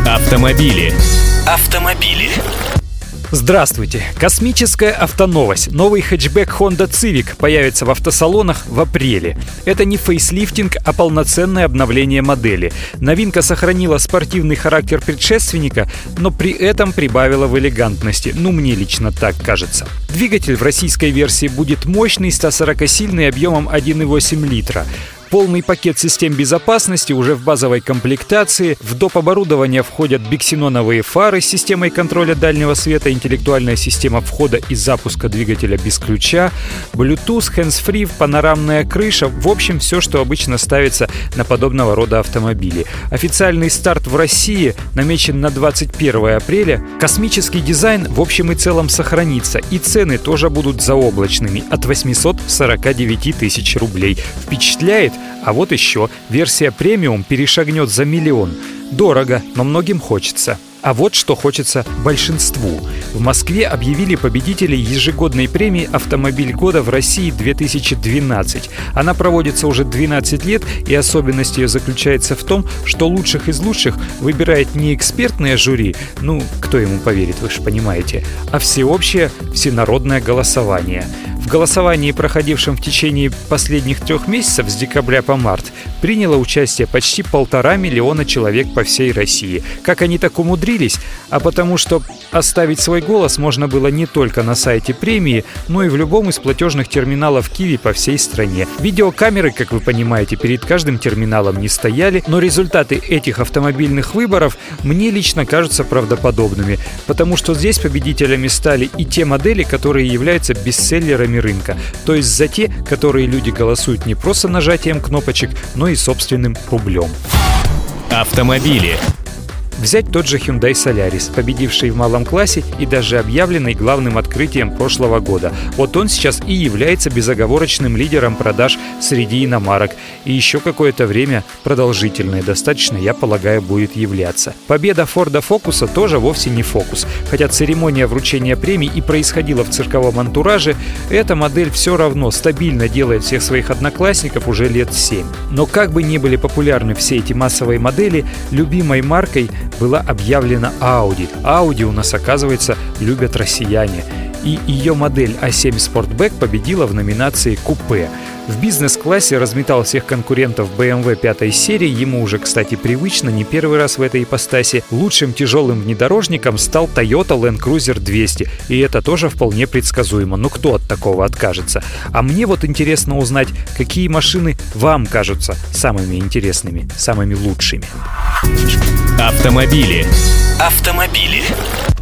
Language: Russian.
Автомобили. Автомобили. Здравствуйте! Космическая автоновость. Новый хэтчбэк Honda Civic появится в автосалонах в апреле. Это не фейслифтинг, а полноценное обновление модели. Новинка сохранила спортивный характер предшественника, но при этом прибавила в элегантности. Мне лично так кажется. Двигатель в российской версии будет мощный, 140-сильный, объемом 1,8 литра. Полный пакет систем безопасности уже в базовой комплектации. В доп. Оборудование входят биксеноновые фары с системой контроля дальнего света, интеллектуальная система входа и запуска двигателя без ключа, Bluetooth, hands-free, панорамная крыша. В общем, все, что обычно ставится на подобного рода автомобили. Официальный старт в России намечен на 21 апреля. Космический дизайн в общем и целом сохранится. И цены тоже будут заоблачными – от 849 тысяч рублей. Впечатляет? А вот еще, версия премиум перешагнет за 1 миллион. Дорого, но многим хочется. А вот что хочется большинству. В Москве объявили победителей ежегодной премии «Автомобиль года» в России-2012. Она проводится уже 12 лет, и особенность ее заключается в том, что лучших из лучших выбирает не экспертное жюри, кто ему поверит, вы же понимаете, а всеобщее, всенародное голосование. В голосовании, проходившем в течение последних 3 месяцев с декабря по март, приняло участие почти 1,5 миллиона человек по всей России. Как они так умудрились? А потому что оставить свой голос можно было не только на сайте премии, но и в любом из платежных терминалов Киви по всей стране. Видеокамеры, как вы понимаете, перед каждым терминалом не стояли, но результаты этих автомобильных выборов мне лично кажутся правдоподобными, потому что здесь победителями стали и те модели, которые являются бестселлерами рынка, то есть за те, которые люди голосуют не просто нажатием кнопочек, но и собственным рублем. Автомобили. Взять тот же Hyundai Solaris, победивший в малом классе и даже объявленный главным открытием прошлого года. Вот он сейчас и является безоговорочным лидером продаж среди иномарок. И еще какое-то время, продолжительное достаточно, я полагаю, будет являться. Победа Ford Focus тоже вовсе не фокус. Хотя церемония вручения премий и происходила в цирковом антураже, эта модель все равно стабильно делает всех своих одноклассников уже лет 7. Но как бы ни были популярны все эти массовые модели, любимой маркой была объявлена Audi. Audi у нас, оказывается, любят россияне. И ее модель A7 Sportback победила в номинации «Купе». В бизнес-классе разметал всех конкурентов BMW 5 серии, ему уже, кстати, привычно, не первый раз в этой ипостаси. Лучшим тяжелым внедорожником стал Toyota Land Cruiser 200, и это тоже вполне предсказуемо, но кто от такого откажется? А мне вот интересно узнать, какие машины вам кажутся самыми интересными, самыми лучшими. Автомобили. Автомобили.